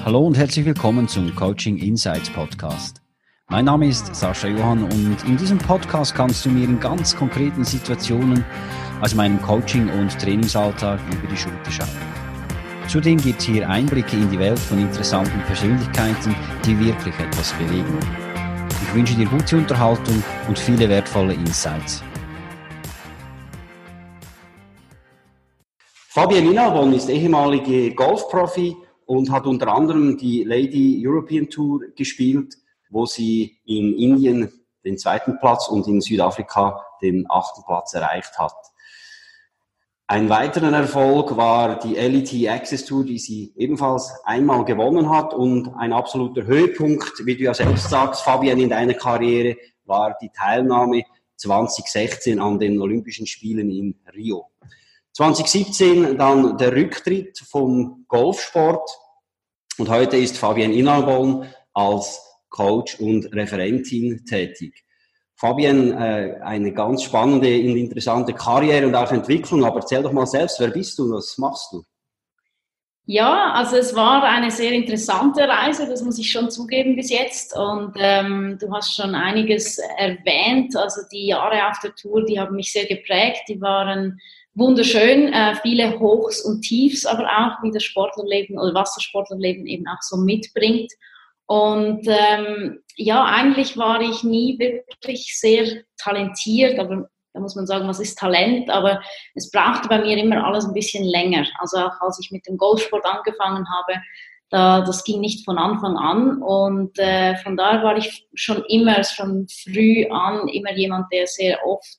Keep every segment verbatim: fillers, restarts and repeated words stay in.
Hallo und herzlich willkommen zum Coaching Insights Podcast. Mein Name ist Sascha Johann und in diesem Podcast kannst du mir in ganz konkreten Situationen aus meinem Coaching- und Trainingsalltag über die Schulter schauen. Zudem gibt es hier Einblicke in die Welt von interessanten Persönlichkeiten, die wirklich etwas bewegen. Ich wünsche dir gute Unterhaltung und viele wertvolle Insights. Fabienne Inalbon ist ehemalige Golfprofi und hat unter anderem die Lady European Tour gespielt, wo sie in Indien den zweiten Platz und in Südafrika den achten Platz erreicht hat. Ein weiterer Erfolg war die L E T Access Tour, die sie ebenfalls einmal gewonnen hat, und ein absoluter Höhepunkt, wie du ja selbst sagst, Fabienne, in deiner Karriere war die Teilnahme zwanzig sechzehn an den Olympischen Spielen in Rio. zwanzig siebzehn dann der Rücktritt vom Golfsport und heute ist Fabienne Inalbon als Coach und Referentin tätig. Fabienne, äh, eine ganz spannende und interessante Karriere und auch Entwicklung, aber erzähl doch mal selbst, wer bist du, was machst du? Ja, also es war eine sehr interessante Reise, das muss ich schon zugeben bis jetzt, und ähm, du hast schon einiges erwähnt, also die Jahre auf der Tour, die haben mich sehr geprägt, die waren wunderschön, äh, viele Hochs und Tiefs, aber auch wie das Sportlerleben oder was das Sportlerleben eben auch so mitbringt. Und ähm, ja, eigentlich war ich nie wirklich sehr talentiert, aber da muss man sagen, was ist Talent, aber es brauchte bei mir immer alles ein bisschen länger. Also auch als ich mit dem Golfsport angefangen habe, da, das ging nicht von Anfang an, und äh, von daher war ich schon immer, schon früh an, immer jemand, der sehr oft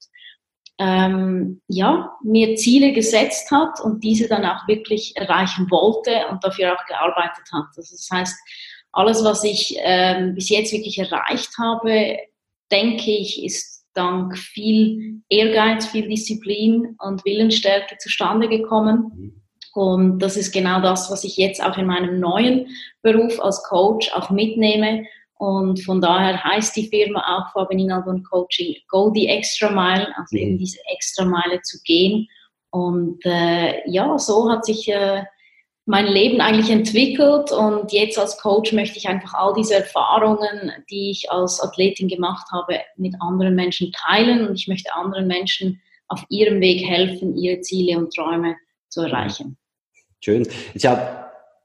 ähm, ja, mir Ziele gesetzt hat und diese dann auch wirklich erreichen wollte und dafür auch gearbeitet hat. Also das heißt, alles, was ich ähm, bis jetzt wirklich erreicht habe, denke ich, ist dank viel Ehrgeiz, viel Disziplin und Willensstärke zustande gekommen. Und das ist genau das, was ich jetzt auch in meinem neuen Beruf als Coach auch mitnehme. Und von daher heißt die Firma auch Fabienne Inalbon Coaching Go the Extra Mile, also mhm. eben diese extra Meile zu gehen. Und äh, ja, so hat sich äh, mein Leben eigentlich entwickelt, und jetzt als Coach möchte ich einfach all diese Erfahrungen, die ich als Athletin gemacht habe, mit anderen Menschen teilen, und ich möchte anderen Menschen auf ihrem Weg helfen, ihre Ziele und Träume zu erreichen. Schön. Ja,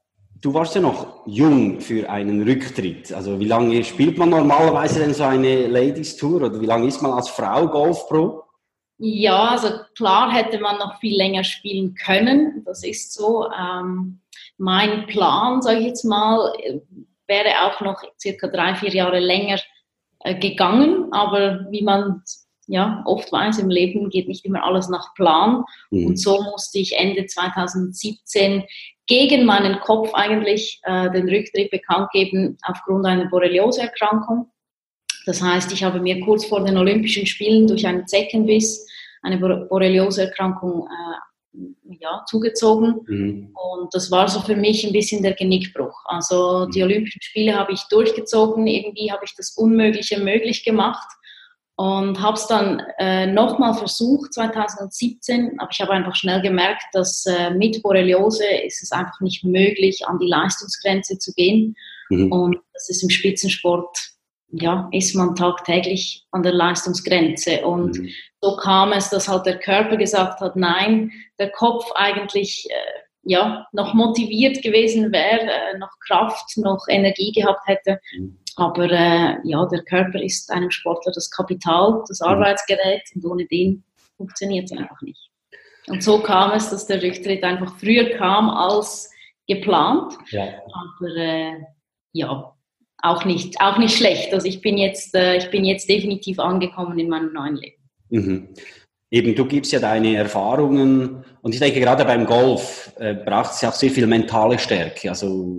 du warst ja noch jung für einen Rücktritt. Also wie lange spielt man normalerweise denn so eine Ladies Tour, oder wie lange ist man als Frau Golfpro? Ja, also klar hätte man noch viel länger spielen können, das ist so. Ähm, mein Plan, sage ich jetzt mal, wäre auch noch circa drei, vier Jahre länger äh, gegangen, aber wie man ja oft weiß, im Leben geht nicht immer alles nach Plan, mhm. und so musste ich Ende zwanzig siebzehn gegen meinen Kopf eigentlich äh, den Rücktritt bekannt geben aufgrund einer Borreliose-Erkrankung. Das heißt, ich habe mir kurz vor den Olympischen Spielen durch einen Zeckenbiss eine Borreliose-Erkrankung äh, ja, zugezogen. Mhm. Und das war so für mich ein bisschen der Genickbruch. Also die Olympischen Spiele habe ich durchgezogen, irgendwie habe ich das Unmögliche möglich gemacht und habe es dann äh, nochmal versucht zwanzig siebzehn, aber ich habe einfach schnell gemerkt, dass äh, mit Borreliose ist es einfach nicht möglich, an die Leistungsgrenze zu gehen. Mhm. Und das ist im Spitzensport, ja, ist man tagtäglich an der Leistungsgrenze. Und mhm. so kam es, dass halt der Körper gesagt hat, nein, der Kopf eigentlich äh, ja, noch motiviert gewesen wäre, äh, noch Kraft, noch Energie gehabt hätte. Mhm. Aber äh, ja, der Körper ist einem Sportler das Kapital, das Arbeitsgerät, und ohne den funktioniert es einfach nicht. Und so kam es, dass der Rücktritt einfach früher kam als geplant. Ja. Aber äh, ja, Auch nicht, auch nicht schlecht. Also ich bin jetzt, äh, ich bin jetzt definitiv angekommen in meinem neuen Leben. Mhm. Eben, du gibst ja deine Erfahrungen, und ich denke, gerade beim Golf äh, braucht es ja auch sehr viel mentale Stärke, also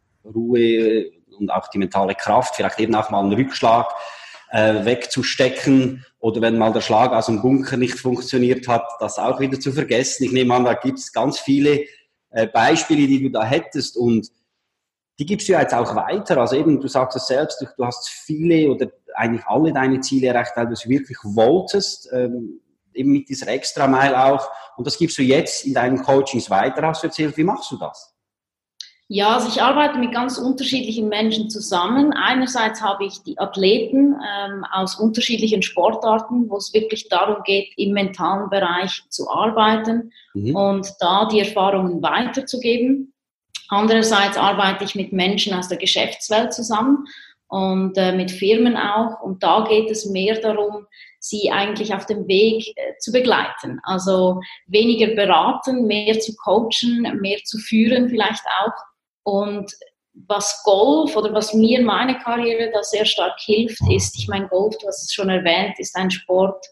Ruhe und auch die mentale Kraft, vielleicht eben auch mal einen Rückschlag äh, wegzustecken, oder wenn mal der Schlag aus dem Bunker nicht funktioniert hat, das auch wieder zu vergessen. Ich nehme an, da gibt es ganz viele äh, Beispiele, die du da hättest, und die gibst du ja jetzt auch weiter. Also eben, du sagst es selbst, du, du hast viele oder eigentlich alle deine Ziele erreicht, weil du es wirklich wolltest, ähm, eben mit dieser Extra-Mile auch. Und das gibst du jetzt in deinen Coachings weiter. Hast du erzählt, wie machst du das? Ja, also ich arbeite mit ganz unterschiedlichen Menschen zusammen. Einerseits habe ich die Athleten ähm, aus unterschiedlichen Sportarten, wo es wirklich darum geht, im mentalen Bereich zu arbeiten mhm. und da die Erfahrungen weiterzugeben. Andererseits arbeite ich mit Menschen aus der Geschäftswelt zusammen und äh, mit Firmen auch. Und da geht es mehr darum, sie eigentlich auf dem Weg äh, zu begleiten. Also weniger beraten, mehr zu coachen, mehr zu führen vielleicht auch. Und was Golf oder was mir in meiner Karriere da sehr stark hilft, ist, ich meine, Golf, du hast es schon erwähnt, ist ein Sport,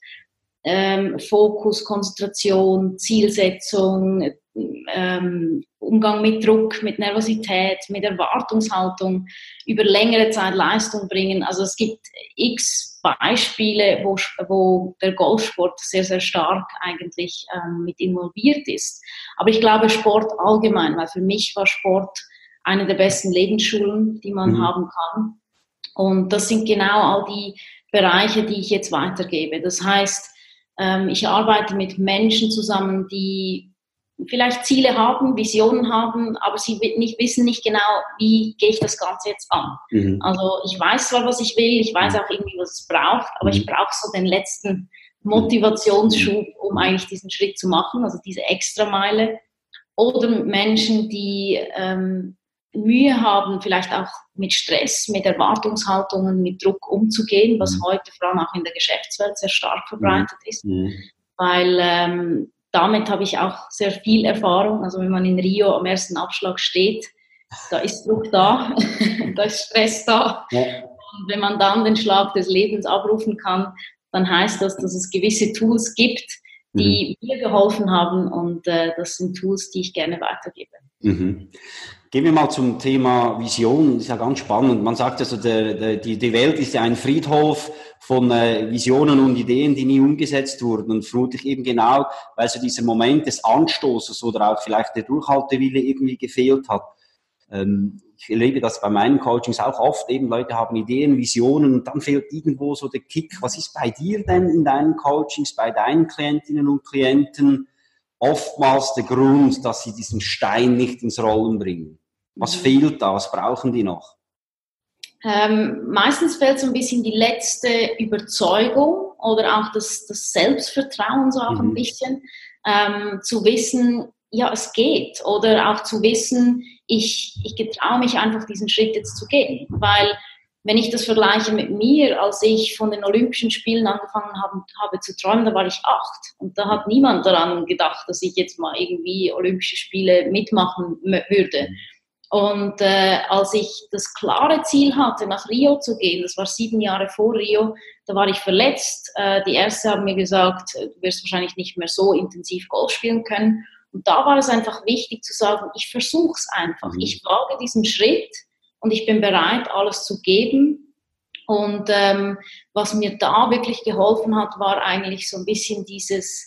ähm, Fokus, Konzentration, Zielsetzung, ähm, Umgang mit Druck, mit Nervosität, mit Erwartungshaltung, über längere Zeit Leistung bringen. Also es gibt x Beispiele, wo, wo der Golfsport sehr, sehr stark eigentlich ähm, mit involviert ist. Aber ich glaube Sport allgemein, weil für mich war Sport eine der besten Lebensschulen, die man mhm. haben kann. Und das sind genau all die Bereiche, die ich jetzt weitergebe. Das heißt, ähm, ich arbeite mit Menschen zusammen, die vielleicht Ziele haben, Visionen haben, aber sie nicht, wissen nicht genau, wie gehe ich das Ganze jetzt an. Mhm. Also ich weiß zwar, was ich will, ich weiß auch irgendwie, was es braucht, aber mhm. ich brauche so den letzten Motivationsschub, um eigentlich diesen Schritt zu machen, also diese Extrameile. Oder mit Menschen, die ähm, Mühe haben, vielleicht auch mit Stress, mit Erwartungshaltungen, mit Druck umzugehen, was mhm. heute vor allem auch in der Geschäftswelt sehr stark verbreitet ist. Mhm. Weil ähm, damit habe ich auch sehr viel Erfahrung. Also wenn man in Rio am ersten Abschlag steht, da ist Druck da, da ist Stress da. Ja. Und wenn man dann den Schlag des Lebens abrufen kann, dann heißt das, dass es gewisse Tools gibt, die mhm. mir geholfen haben. Und äh, das sind Tools, die ich gerne weitergebe. Mhm. Gehen wir mal zum Thema Vision. Das ist ja ganz spannend. Man sagt also, der, der, die, die Welt ist ja ein Friedhof von äh, Visionen und Ideen, die nie umgesetzt wurden. Und vermutlich eben genau, weil so dieser Moment des Anstoßes oder auch vielleicht der Durchhaltewille irgendwie gefehlt hat. Ähm, ich erlebe das bei meinen Coachings auch oft. Eben Leute haben Ideen, Visionen und dann fehlt irgendwo so der Kick. Was ist bei dir denn in deinen Coachings, bei deinen Klientinnen und Klienten oftmals der Grund, dass sie diesen Stein nicht ins Rollen bringen? Was mhm. fehlt da? Was brauchen die noch? Ähm, meistens fehlt so ein bisschen die letzte Überzeugung oder auch das, das Selbstvertrauen so auch mhm. ein bisschen, ähm, zu wissen, ja, es geht. Oder auch zu wissen, ich, ich getraue mich einfach, diesen Schritt jetzt zu gehen. Weil wenn ich das vergleiche mit mir, als ich von den Olympischen Spielen angefangen habe, habe zu träumen, da war ich acht. Und da hat niemand daran gedacht, dass ich jetzt mal irgendwie Olympische Spiele mitmachen würde. Und äh, als ich das klare Ziel hatte, nach Rio zu gehen, das war sieben Jahre vor Rio, da war ich verletzt. Äh, die Ärzte haben mir gesagt, du wirst wahrscheinlich nicht mehr so intensiv Golf spielen können. Und da war es einfach wichtig zu sagen, ich versuche es einfach. Ich wage diesen Schritt und ich bin bereit, alles zu geben. Und ähm, was mir da wirklich geholfen hat, war eigentlich so ein bisschen dieses,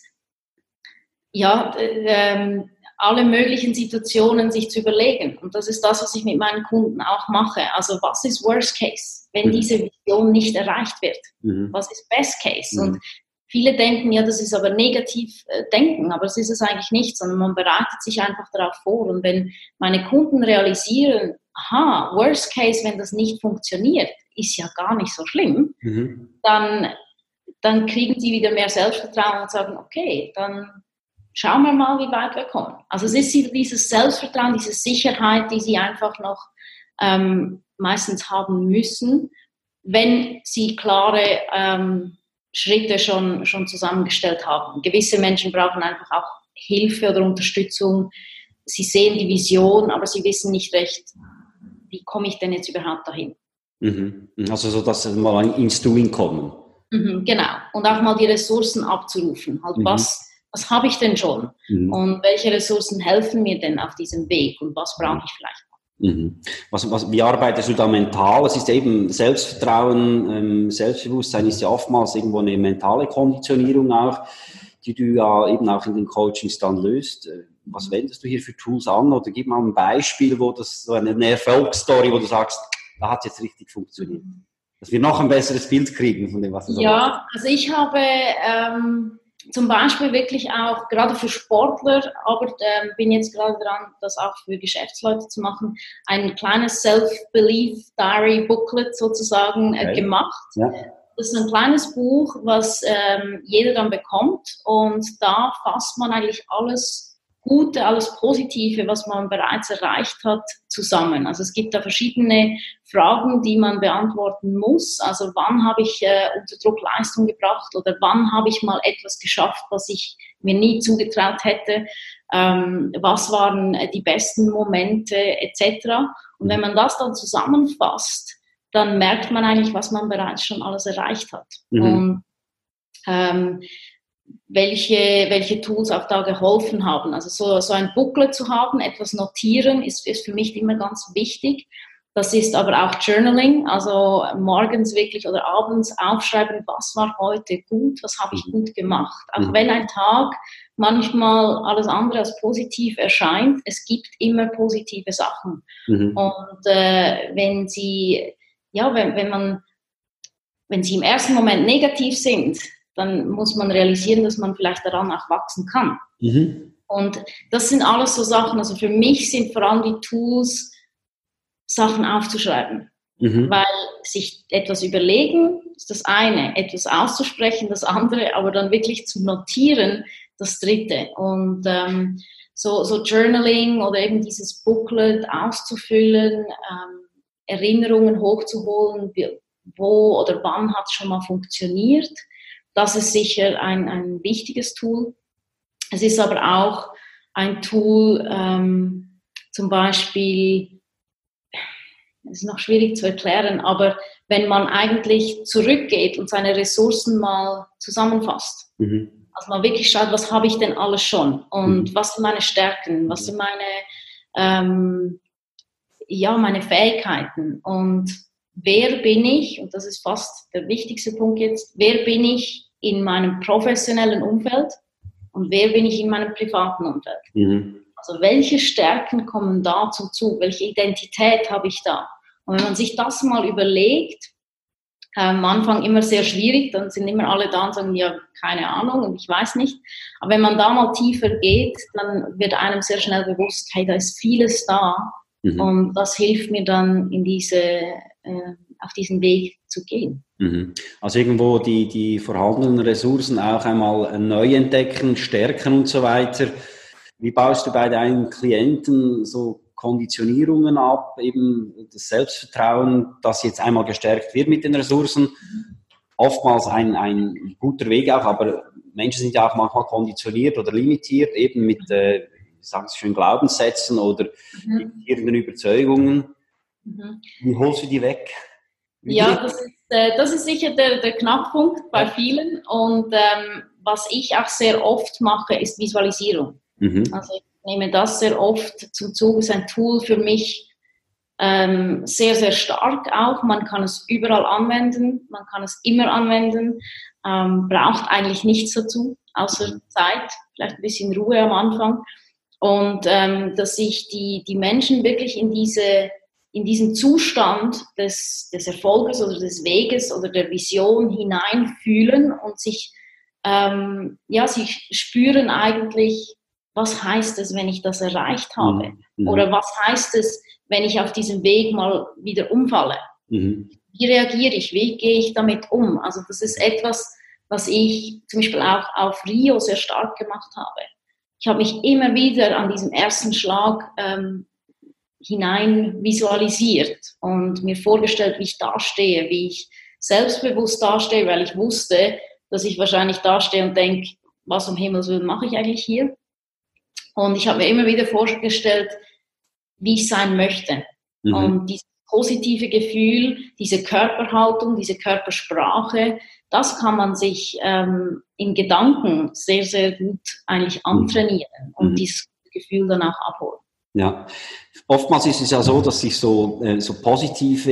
ja, ähm, alle möglichen Situationen sich zu überlegen. Und das ist das, was ich mit meinen Kunden auch mache. Also was ist Worst Case, wenn mhm. diese Vision nicht erreicht wird? Mhm. Was ist Best Case? Mhm. Und viele denken, ja, das ist aber negativ äh, denken, aber das ist es eigentlich nicht, sondern man bereitet sich einfach darauf vor. Und wenn meine Kunden realisieren, aha, Worst Case, wenn das nicht funktioniert, ist ja gar nicht so schlimm, mhm. dann, dann kriegen sie wieder mehr Selbstvertrauen und sagen, okay, dann schauen wir mal, wie weit wir kommen. Also es ist dieses Selbstvertrauen, diese Sicherheit, die sie einfach noch ähm, meistens haben müssen, wenn sie klare ähm, Schritte schon, schon zusammengestellt haben. Gewisse Menschen brauchen einfach auch Hilfe oder Unterstützung. Sie sehen die Vision, aber sie wissen nicht recht, wie komme ich denn jetzt überhaupt dahin. Mhm. Also so, dass sie mal ins Doing kommen. Mhm, genau. Und auch mal die Ressourcen abzurufen. Halt mhm. was Was habe ich denn schon? Mhm. Und welche Ressourcen helfen mir denn auf diesem Weg? Und was brauche ich vielleicht noch? Mhm. Was, was, wie arbeitest du da mental? Es ist eben Selbstvertrauen, ähm, Selbstbewusstsein ist ja oftmals irgendwo eine mentale Konditionierung auch, die du ja eben auch in den Coachings dann löst. Was wendest du hier für Tools an? Oder gib mal ein Beispiel, wo das so eine, eine Erfolgsstory, wo du sagst, da hat es jetzt richtig funktioniert. Dass wir noch ein besseres Bild kriegen von dem, was du Ja, also ich habe... Ähm, zum Beispiel wirklich auch, gerade für Sportler, aber ähm, bin jetzt gerade dran, das auch für Geschäftsleute zu machen, ein kleines Self-Belief-Diary-Booklet sozusagen äh, okay. gemacht. Ja. Das ist ein kleines Buch, was ähm, jeder dann bekommt und da fasst man eigentlich alles Gute, alles Positive, was man bereits erreicht hat, zusammen. Also es gibt da verschiedene Fragen, die man beantworten muss. Also wann habe ich äh, unter Druck Leistung gebracht oder wann habe ich mal etwas geschafft, was ich mir nie zugetraut hätte, ähm, was waren die besten Momente et cetera. Und wenn man das dann zusammenfasst, dann merkt man eigentlich, was man bereits schon alles erreicht hat. Mhm. Und ähm, welche, welche Tools auch da geholfen haben. Also so, so ein Booklet zu haben, etwas notieren, ist, ist für mich immer ganz wichtig. Das ist aber auch Journaling, also morgens wirklich oder abends aufschreiben, was war heute gut, was habe ich gut gemacht. Auch wenn ein Tag manchmal alles andere als positiv erscheint, es gibt immer positive Sachen. Mhm. Und äh, wenn sie, ja, wenn, wenn man, wenn sie im ersten Moment negativ sind, dann muss man realisieren, dass man vielleicht daran auch wachsen kann. Mhm. Und das sind alles so Sachen, also für mich sind vor allem die Tools, Sachen aufzuschreiben. Mhm. Weil sich etwas überlegen, ist das eine, etwas auszusprechen, das andere, aber dann wirklich zu notieren, das dritte. Und ähm, so, so Journaling oder eben dieses Booklet auszufüllen, ähm, Erinnerungen hochzuholen, wo oder wann hat es schon mal funktioniert. Das ist sicher ein, ein wichtiges Tool. Es ist aber auch ein Tool, ähm, zum Beispiel, es ist noch schwierig zu erklären, aber wenn man eigentlich zurückgeht und seine Ressourcen mal zusammenfasst, mhm. also man wirklich schaut, was habe ich denn alles schon und mhm. was sind meine Stärken, was sind meine, ähm, ja, meine Fähigkeiten und wer bin ich, und das ist fast der wichtigste Punkt jetzt, wer bin ich in meinem professionellen Umfeld und wer bin ich in meinem privaten Umfeld? Mhm. Also welche Stärken kommen da zum Zug? Welche Identität habe ich da? Und wenn man sich das mal überlegt, äh, am Anfang immer sehr schwierig, dann sind immer alle da und sagen, ja, keine Ahnung und ich weiß nicht. Aber wenn man da mal tiefer geht, dann wird einem sehr schnell bewusst, hey, da ist vieles da. Mhm. Und das hilft mir dann, in diese, äh, auf diesen Weg zu gehen. Mhm. Also irgendwo die, die vorhandenen Ressourcen auch einmal neu entdecken, stärken und so weiter. Wie baust du bei deinen Klienten so Konditionierungen ab, eben das Selbstvertrauen, das jetzt einmal gestärkt wird mit den Ressourcen? Mhm. Oftmals ein, ein guter Weg auch, aber Menschen sind ja auch manchmal konditioniert oder limitiert, eben mit, äh, sagen Sie schön, Glaubenssätzen oder mhm. irgendeinen Überzeugungen. Mhm. Wie holst du die weg? Wie ja, das ist, äh, das ist sicher der, der Knackpunkt bei vielen. Und ähm, was ich auch sehr oft mache, ist Visualisierung. Mhm. Also ich nehme das sehr oft zum Zug. Es ist ein Tool für mich ähm, sehr, sehr stark auch. Man kann es überall anwenden, man kann es immer anwenden, ähm, braucht eigentlich nichts dazu, außer Zeit, vielleicht ein bisschen Ruhe am Anfang. Und ähm, dass sich die, die Menschen wirklich in diese in diesen Zustand des, des Erfolges oder des Weges oder der Vision hineinfühlen und sich, ähm, ja, sich spüren eigentlich, was heißt es, wenn ich das erreicht habe? Mhm. Oder was heißt es, wenn ich auf diesem Weg mal wieder umfalle? Mhm. Wie reagiere ich? Wie gehe ich damit um? Also das ist etwas, was ich zum Beispiel auch auf Rio sehr stark gemacht habe. Ich habe mich immer wieder an diesem ersten Schlag ähm, hinein visualisiert und mir vorgestellt, wie ich dastehe, wie ich selbstbewusst dastehe, weil ich wusste, dass ich wahrscheinlich dastehe und denke, was um Himmels Willen mache ich eigentlich hier? Und ich habe mir immer wieder vorgestellt, wie ich sein möchte. Mhm. Und dieses positive Gefühl, diese Körperhaltung, diese Körpersprache, das kann man sich ähm, in Gedanken sehr, sehr gut eigentlich antrainieren mhm. und dieses Gefühl dann auch abholen. Ja, oftmals ist es ja so, dass sich so, äh, so positive,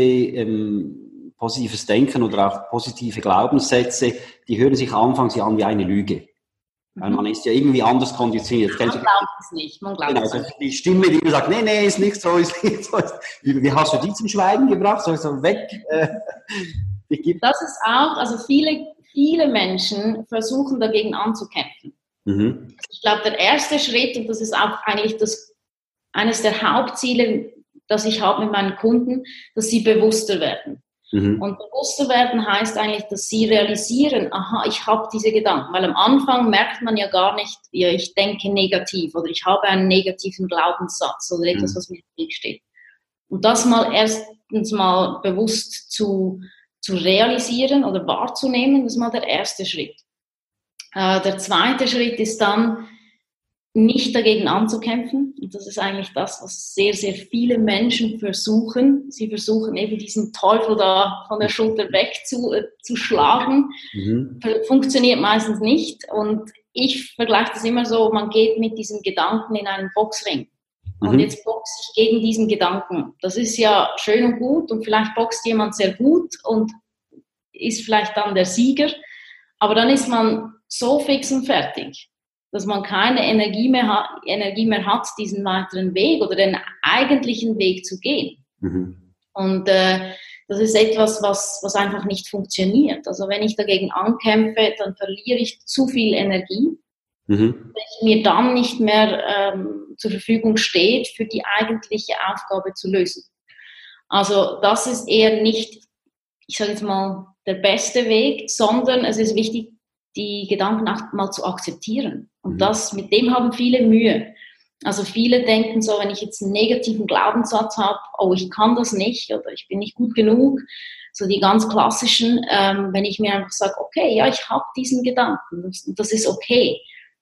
ähm, positives Denken oder auch positive Glaubenssätze, die hören sich anfangs an wie eine Lüge. Mhm. Weil man ist ja irgendwie anders konditioniert. Man glaubt es nicht, man glaubt genau, es nicht. Die Stimme, die immer sagt, nee, nee, ist nicht so, ist nicht so. Wie hast du die zum Schweigen gebracht? So, so weg. Äh, das ist auch, also viele, viele Menschen versuchen dagegen anzukämpfen. Mhm. Ich glaube, der erste Schritt, und das ist auch eigentlich das, eines der Hauptziele, das ich habe mit meinen Kunden, dass sie bewusster werden. Mhm. Und bewusster werden heißt eigentlich, dass sie realisieren, aha, ich habe diese Gedanken. Weil am Anfang merkt man ja gar nicht, ja, ich denke negativ oder ich habe einen negativen Glaubenssatz oder etwas, was mir im Weg steht. Und das mal erstens mal bewusst zu, zu realisieren oder wahrzunehmen, das ist mal der erste Schritt. Äh, der zweite Schritt ist dann, nicht dagegen anzukämpfen. Und das ist eigentlich das, was sehr, sehr viele Menschen versuchen. Sie versuchen eben diesen Teufel da von der Schulter wegzuschlagen. Mhm. Funktioniert meistens nicht. Und ich vergleiche das immer so, man geht mit diesem Gedanken in einen Boxring. Mhm. Und jetzt boxe ich gegen diesen Gedanken. Das ist ja schön und gut und vielleicht boxt jemand sehr gut und ist vielleicht dann der Sieger. Aber dann ist man so fix und fertig, dass man keine Energie mehr hat, Energie mehr hat, diesen weiteren Weg oder den eigentlichen Weg zu gehen. Mhm. Und äh, das ist etwas, was, was einfach nicht funktioniert. Also wenn ich dagegen ankämpfe, dann verliere ich zu viel Energie, Mhm. welche mir dann nicht mehr ähm, zur Verfügung steht, für die eigentliche Aufgabe zu lösen. Also das ist eher nicht, ich sage jetzt mal, der beste Weg, sondern es ist wichtig, die Gedanken auch mal zu akzeptieren. Und das, mit dem haben viele Mühe. Also viele denken so, wenn ich jetzt einen negativen Glaubenssatz habe, oh, ich kann das nicht oder ich bin nicht gut genug, so die ganz klassischen, ähm, wenn ich mir einfach sage, okay, ja, ich habe diesen Gedanken, das, das ist okay,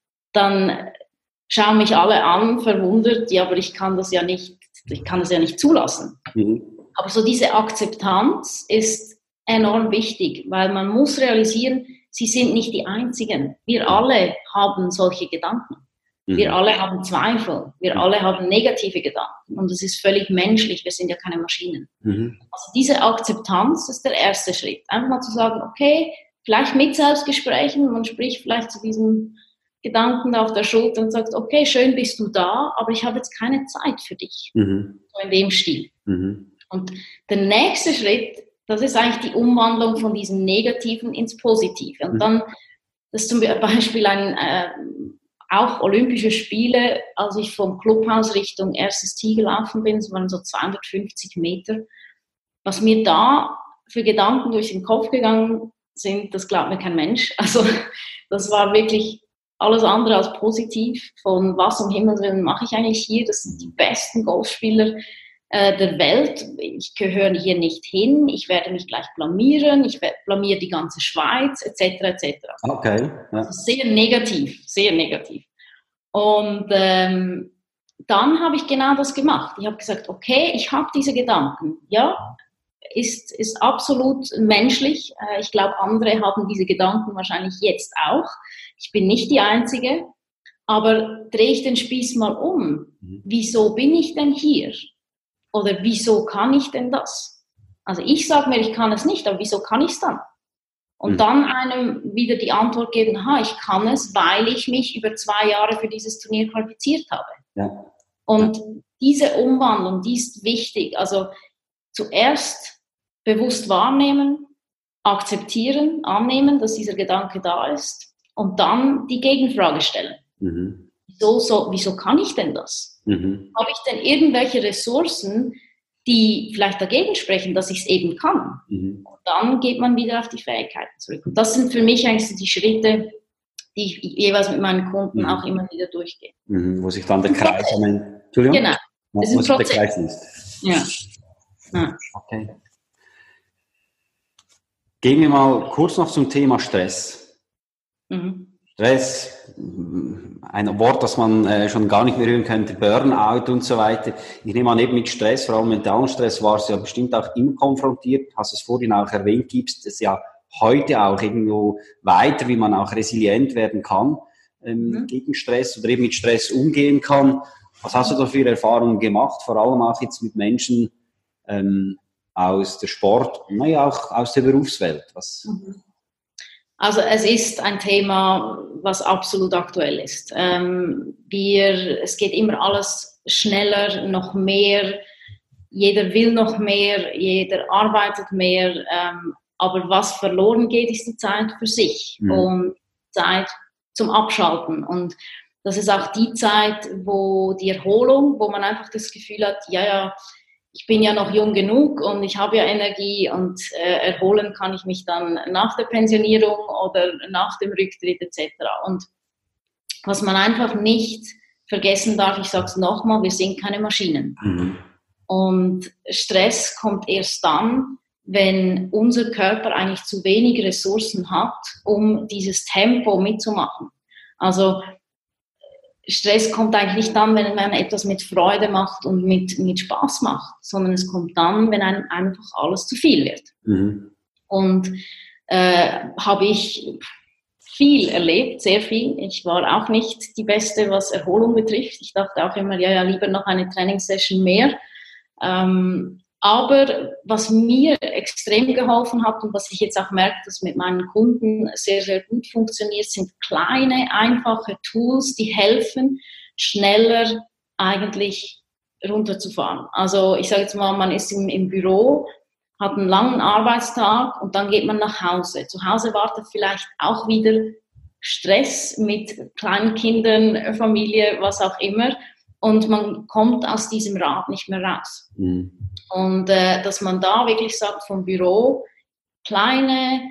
dann schauen mich alle an, verwundert, ja, aber ich kann das ja nicht, ich kann das ja nicht zulassen. Mhm. Aber so diese Akzeptanz ist enorm wichtig, weil man muss realisieren, sie sind nicht die Einzigen. Wir alle haben solche Gedanken. Mhm. Wir alle haben Zweifel. Wir alle haben negative Gedanken. Und das ist völlig menschlich. Wir sind ja keine Maschinen. Mhm. Also diese Akzeptanz ist der erste Schritt. Einfach mal zu sagen, okay, vielleicht mit Selbstgesprächen, man spricht vielleicht zu diesem Gedanken auf der Schulter und sagt, okay, schön bist du da, aber ich habe jetzt keine Zeit für dich. Mhm. So in dem Stil. Mhm. Und der nächste Schritt, das ist eigentlich die Umwandlung von diesem Negativen ins Positive. Und dann, das ist zum Beispiel ein, äh, auch Olympische Spiele, als ich vom Clubhaus Richtung erstes Ziel gelaufen bin, es waren so zweihundertfünfzig Meter, was mir da für Gedanken durch den Kopf gegangen sind, das glaubt mir kein Mensch. Also das war wirklich alles andere als positiv. Von was um Himmels Willen mache ich eigentlich hier? Das sind die besten Golfspieler der Welt, ich gehöre hier nicht hin, ich werde mich gleich blamieren, ich blamiere die ganze Schweiz, et cetera et cetera. Okay. Ja. Also sehr negativ, sehr negativ. Und ähm, dann habe ich genau das gemacht. Ich habe gesagt, okay, ich habe diese Gedanken, ja, ist, ist absolut menschlich. Ich glaube, andere haben diese Gedanken wahrscheinlich jetzt auch. Ich bin nicht die Einzige, aber drehe ich den Spieß mal um. Wieso bin ich denn hier? Oder wieso kann ich denn das? Also ich sage mir, ich kann es nicht, aber wieso kann ich es dann? Und mhm. dann einem wieder die Antwort geben, aha, ich kann es, weil ich mich über zwei Jahre für dieses Turnier qualifiziert habe. Ja. Und ja. diese Umwandlung, die ist wichtig. Also zuerst bewusst wahrnehmen, akzeptieren, annehmen, dass dieser Gedanke da ist und dann die Gegenfrage stellen. Mhm. Wieso, so, wieso kann ich denn das? Mhm. Habe ich denn irgendwelche Ressourcen, die vielleicht dagegen sprechen, dass ich es eben kann? Mhm. Und dann geht man wieder auf die Fähigkeiten zurück. Und das sind für mich eigentlich die Schritte, die ich jeweils mit meinen Kunden mhm. auch immer wieder durchgehe. Mhm. Wo sich dann der Kreis am Ende... Entschuldigung? Genau. Das ist ein Prozess. Der Kreis ist. Ja. ja. Okay. Gehen wir mal kurz noch zum Thema Stress. Mhm. Stress, ein Wort, das man äh, schon gar nicht mehr hören könnte, Burnout und so weiter. Ich nehme an, eben mit Stress, vor allem mentalen Stress, warst du ja bestimmt auch immer konfrontiert, hast es vorhin auch erwähnt, gibst es ja heute auch irgendwo weiter, wie man auch resilient werden kann ähm, mhm. gegen Stress oder eben mit Stress umgehen kann. Was hast du da für Erfahrungen gemacht, vor allem auch jetzt mit Menschen ähm, aus der Sport, naja, auch aus der Berufswelt? Was mhm. Also es ist ein Thema, was absolut aktuell ist. Ähm, wir, es geht immer alles schneller, noch mehr. Jeder will noch mehr, jeder arbeitet mehr. Ähm, Aber was verloren geht, ist die Zeit für sich mhm. und Zeit zum Abschalten. Und das ist auch die Zeit, wo die Erholung, wo man einfach das Gefühl hat, ja, ja, ich bin ja noch jung genug und ich habe ja Energie und äh, erholen kann ich mich dann nach der Pensionierung oder nach dem Rücktritt et cetera. Und was man einfach nicht vergessen darf, ich sage es nochmal, wir sind keine Maschinen. Mhm. Und Stress kommt erst dann, wenn unser Körper eigentlich zu wenig Ressourcen hat, um dieses Tempo mitzumachen. Also Stress kommt eigentlich nicht dann, wenn man etwas mit Freude macht und mit, mit Spaß macht, sondern es kommt dann, wenn einem einfach alles zu viel wird. Mhm. Und äh, habe ich viel erlebt, sehr viel. Ich war auch nicht die Beste, was Erholung betrifft. Ich dachte auch immer, ja, ja, lieber noch eine Trainingssession mehr. Ähm, aber was mir extrem geholfen hat und was ich jetzt auch merke, dass mit meinen Kunden sehr, sehr gut funktioniert, sind kleine, einfache Tools, die helfen, schneller eigentlich runterzufahren. Also ich sage jetzt mal, man ist im, im Büro, hat einen langen Arbeitstag und dann geht man nach Hause. Zu Hause wartet vielleicht auch wieder Stress mit kleinen Kindern, Familie, was auch immer. Und man kommt aus diesem Rad nicht mehr raus. Mhm. Und äh, dass man da wirklich sagt, vom Büro kleine,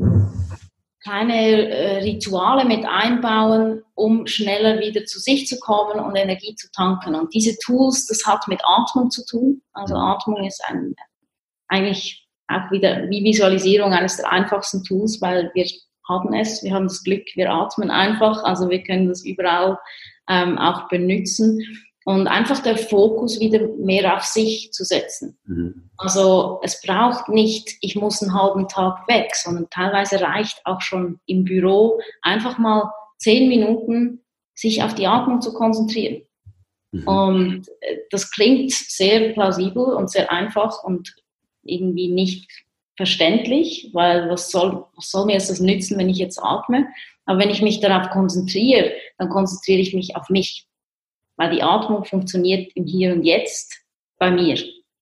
kleine äh, Rituale mit einbauen, um schneller wieder zu sich zu kommen und Energie zu tanken. Und diese Tools, das hat mit Atmung zu tun. Also Atmung ist ein, eigentlich auch wieder wie Visualisierung eines der einfachsten Tools, weil wir haben es, wir haben das Glück, wir atmen einfach, also wir können das überall ähm, auch benutzen. Und einfach der Fokus wieder mehr auf sich zu setzen. Mhm. Also es braucht nicht, ich muss einen halben Tag weg, sondern teilweise reicht auch schon im Büro einfach mal zehn Minuten sich auf die Atmung zu konzentrieren. Mhm. Und das klingt sehr plausibel und sehr einfach und irgendwie nicht verständlich, weil was soll, was soll mir das nützen, wenn ich jetzt atme? Aber wenn ich mich darauf konzentriere, dann konzentriere ich mich auf mich. Weil die Atmung funktioniert im Hier und Jetzt bei mir.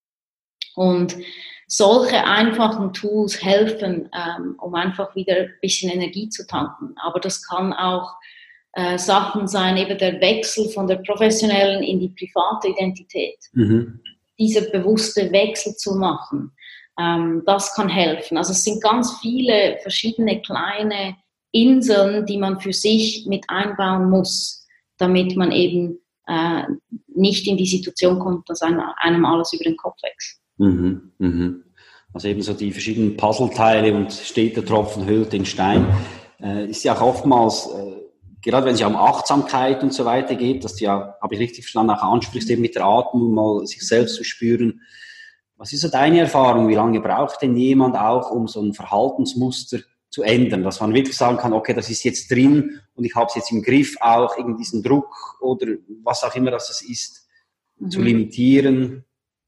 Und solche einfachen Tools helfen, ähm, um einfach wieder ein bisschen Energie zu tanken. Aber das kann auch äh, Sachen sein, eben der Wechsel von der professionellen in die private Identität. Mhm. Dieser bewusste Wechsel zu machen, ähm, das kann helfen. Also es sind ganz viele verschiedene kleine Inseln, die man für sich mit einbauen muss, damit man eben Äh, nicht in die Situation kommt, dass einem, einem alles über den Kopf wächst. Mhm, mhm. Also eben so die verschiedenen Puzzleteile und steht der Tropfen hüllt den Stein. Äh, ist ja auch oftmals, äh, gerade wenn es ja um Achtsamkeit und so weiter geht, dass du ja, habe ich richtig verstanden, auch ansprichst, eben mit der Atmung mal sich selbst zu spüren. Was ist so deine Erfahrung? Wie lange braucht denn jemand auch, um so ein Verhaltensmuster zu ändern, dass man wirklich sagen kann, okay, das ist jetzt drin und ich habe es jetzt im Griff, auch irgendwie diesen Druck oder was auch immer das ist, mhm. zu limitieren.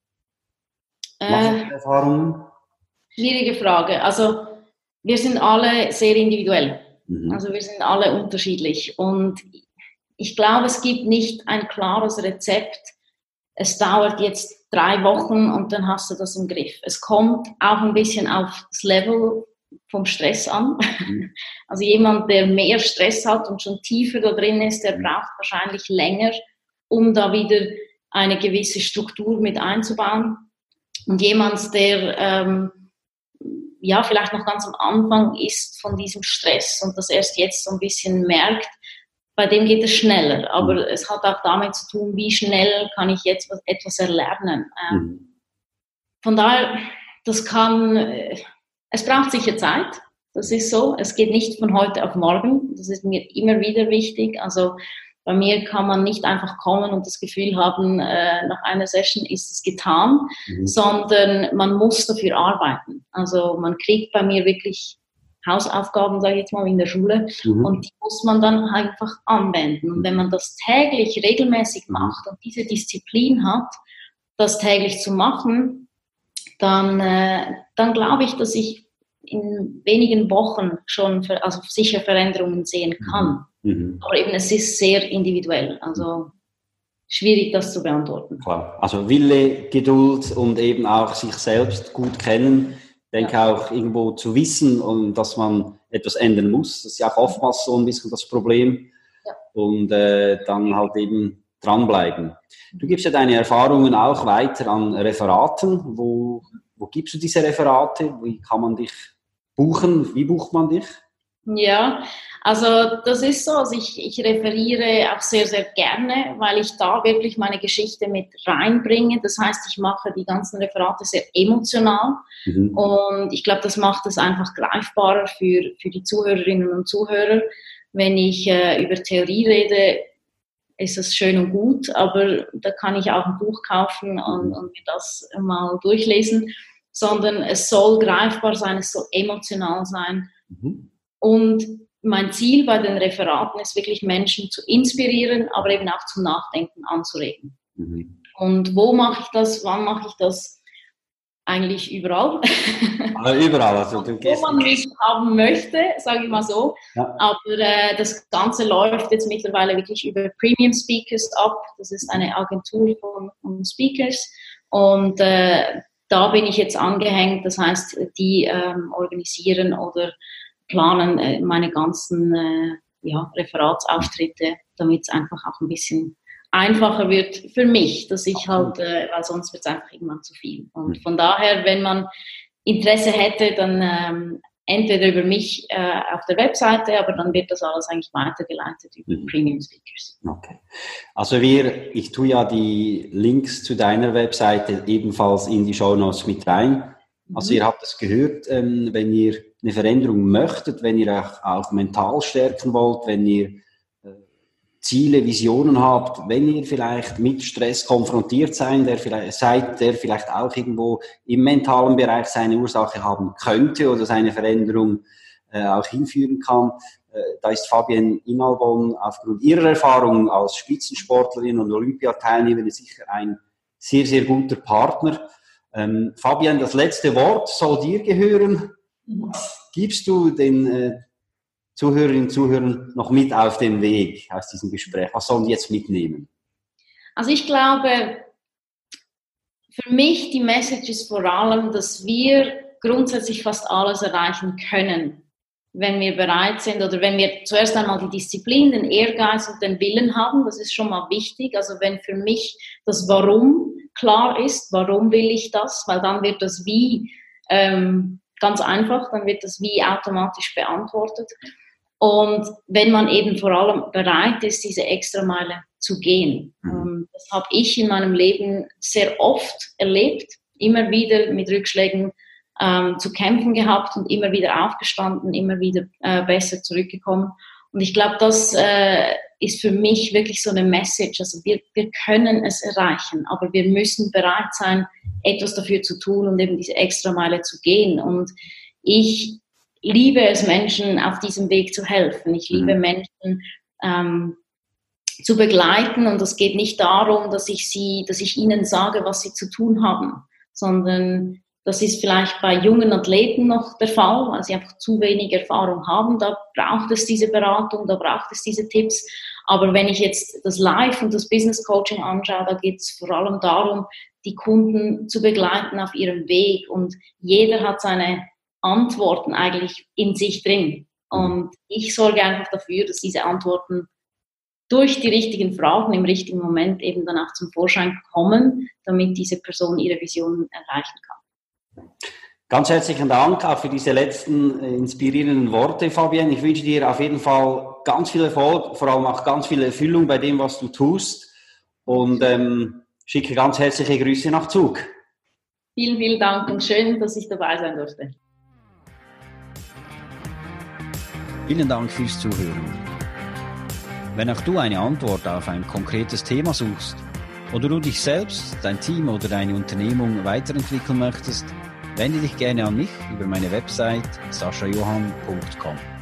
Äh, Erfahrungen? Schwierige Frage. Also wir sind alle sehr individuell. Mhm. Also wir sind alle unterschiedlich und ich glaube, es gibt nicht ein klares Rezept. Es dauert jetzt drei Wochen und dann hast du das im Griff. Es kommt auch ein bisschen auf das Level vom Stress an. Mhm. Also jemand, der mehr Stress hat und schon tiefer da drin ist, der braucht wahrscheinlich länger, um da wieder eine gewisse Struktur mit einzubauen. Und jemand, der ähm, ja vielleicht noch ganz am Anfang ist von diesem Stress und das erst jetzt so ein bisschen merkt, bei dem geht es schneller. Aber mhm. es hat auch damit zu tun, wie schnell kann ich jetzt etwas erlernen. Ähm, mhm. Von daher, das kann... Äh, Es braucht sicher Zeit, das ist so. Es geht nicht von heute auf morgen, das ist mir immer wieder wichtig. Also bei mir kann man nicht einfach kommen und das Gefühl haben, äh, nach einer Session ist es getan, mhm. sondern man muss dafür arbeiten. Also man kriegt bei mir wirklich Hausaufgaben, sage ich jetzt mal, in der Schule mhm. und die muss man dann einfach anwenden. Und wenn man das täglich regelmäßig macht und diese Disziplin hat, das täglich zu machen, dann, äh, dann glaube ich, dass ich in wenigen Wochen schon für, also sicher Veränderungen sehen kann. Mhm. Aber eben, es ist sehr individuell. Also schwierig, das zu beantworten. Klar. Also Wille, Geduld und eben auch sich selbst gut kennen denke ja. auch irgendwo zu wissen und dass man etwas ändern muss. Das ist ja auch oftmals so ein bisschen das Problem. Ja. Und äh, dann halt eben dranbleiben. Du gibst ja deine Erfahrungen auch weiter an Referaten. Wo, wo gibst du diese Referate? Wie kann man dich buchen? Wie bucht man dich? Ja, also das ist so. Also ich, ich referiere auch sehr, sehr gerne, weil ich da wirklich meine Geschichte mit reinbringe. Das heißt, ich mache die ganzen Referate sehr emotional. Mhm. Und ich glaube, das macht es einfach greifbarer für, für die Zuhörerinnen und Zuhörer. Wenn ich äh, über Theorie rede, ist das schön und gut, aber da kann ich auch ein Buch kaufen und, und mir das mal durchlesen, sondern es soll greifbar sein, es soll emotional sein. Mhm. Und mein Ziel bei den Referaten ist wirklich, Menschen zu inspirieren, aber eben auch zum Nachdenken anzuregen. Mhm. Und wo mache ich das, wann mache ich das? Eigentlich überall. Also überall. Also du wo man mich haben möchte, sage ich mal so. Ja. Aber äh, das Ganze läuft jetzt mittlerweile wirklich über Premium Speakers ab. Das ist eine Agentur von, von Speakers. Und äh, da bin ich jetzt angehängt. Das heißt, die ähm, organisieren oder planen äh, meine ganzen äh, ja, Referatsauftritte, damit es einfach auch ein bisschen einfacher wird für mich, dass ich halt, äh, weil sonst wird es einfach irgendwann zu viel. Und von daher, wenn man Interesse hätte, dann ähm, entweder über mich äh, auf der Webseite, aber dann wird das alles eigentlich weitergeleitet über mhm. Premium Speakers. Okay. Also wir, ich tue ja die Links zu deiner Webseite ebenfalls in die Shownotes mit rein. Also mhm. ihr habt es gehört, ähm, wenn ihr eine Veränderung möchtet, wenn ihr auch, auch mental stärken wollt, wenn ihr Ziele, Visionen habt, wenn ihr vielleicht mit Stress konfrontiert seid, der vielleicht, seid, der vielleicht auch irgendwo im mentalen Bereich seine Ursache haben könnte oder seine Veränderung äh, auch hinführen kann, äh, da ist Fabienne Inalbon aufgrund ihrer Erfahrung als Spitzensportlerin und Olympiateilnehmerin sicher ein sehr, sehr guter Partner. Ähm, Fabienne, das letzte Wort soll dir gehören. Gibst du den äh, Zuhörerinnen und Zuhörern noch mit auf den Weg aus diesem Gespräch? Was sollen die jetzt mitnehmen? Also ich glaube, für mich die Message ist vor allem, dass wir grundsätzlich fast alles erreichen können, wenn wir bereit sind oder wenn wir zuerst einmal die Disziplin, den Ehrgeiz und den Willen haben. Das ist schon mal wichtig. Also wenn für mich das Warum klar ist, warum will ich das, weil dann wird das Wie ähm, ganz einfach, dann wird das Wie automatisch beantwortet. Und wenn man eben vor allem bereit ist, diese Extrameile zu gehen. Mhm. Das habe ich in meinem Leben sehr oft erlebt, immer wieder mit Rückschlägen ähm, zu kämpfen gehabt und immer wieder aufgestanden, immer wieder äh, besser zurückgekommen. Und ich glaube, das äh, ist für mich wirklich so eine Message. Also wir, wir können es erreichen, aber wir müssen bereit sein, etwas dafür zu tun und eben diese Extrameile zu gehen. Und ich liebe es, Menschen auf diesem Weg zu helfen. Ich liebe mhm. Menschen ähm, zu begleiten und es geht nicht darum, dass ich sie, dass ich ihnen sage, was sie zu tun haben, sondern das ist vielleicht bei jungen Athleten noch der Fall, weil sie einfach zu wenig Erfahrung haben. Da braucht es diese Beratung, da braucht es diese Tipps. Aber wenn ich jetzt das Live und das Business Coaching anschaue, da geht es vor allem darum, die Kunden zu begleiten auf ihrem Weg und jeder hat seine Antworten eigentlich in sich drin. Und ich sorge einfach dafür, dass diese Antworten durch die richtigen Fragen im richtigen Moment eben dann auch zum Vorschein kommen, damit diese Person ihre Visionen erreichen kann. Ganz herzlichen Dank auch für diese letzten inspirierenden Worte, Fabienne. Ich wünsche dir auf jeden Fall ganz viel Erfolg, vor allem auch ganz viel Erfüllung bei dem, was du tust. Und ähm, schicke ganz herzliche Grüße nach Zug. Vielen, vielen Dank und schön, dass ich dabei sein durfte. Vielen Dank fürs Zuhören. Wenn auch du eine Antwort auf ein konkretes Thema suchst oder du dich selbst, dein Team oder deine Unternehmung weiterentwickeln möchtest, wende dich gerne an mich über meine Website sascha johann punkt com.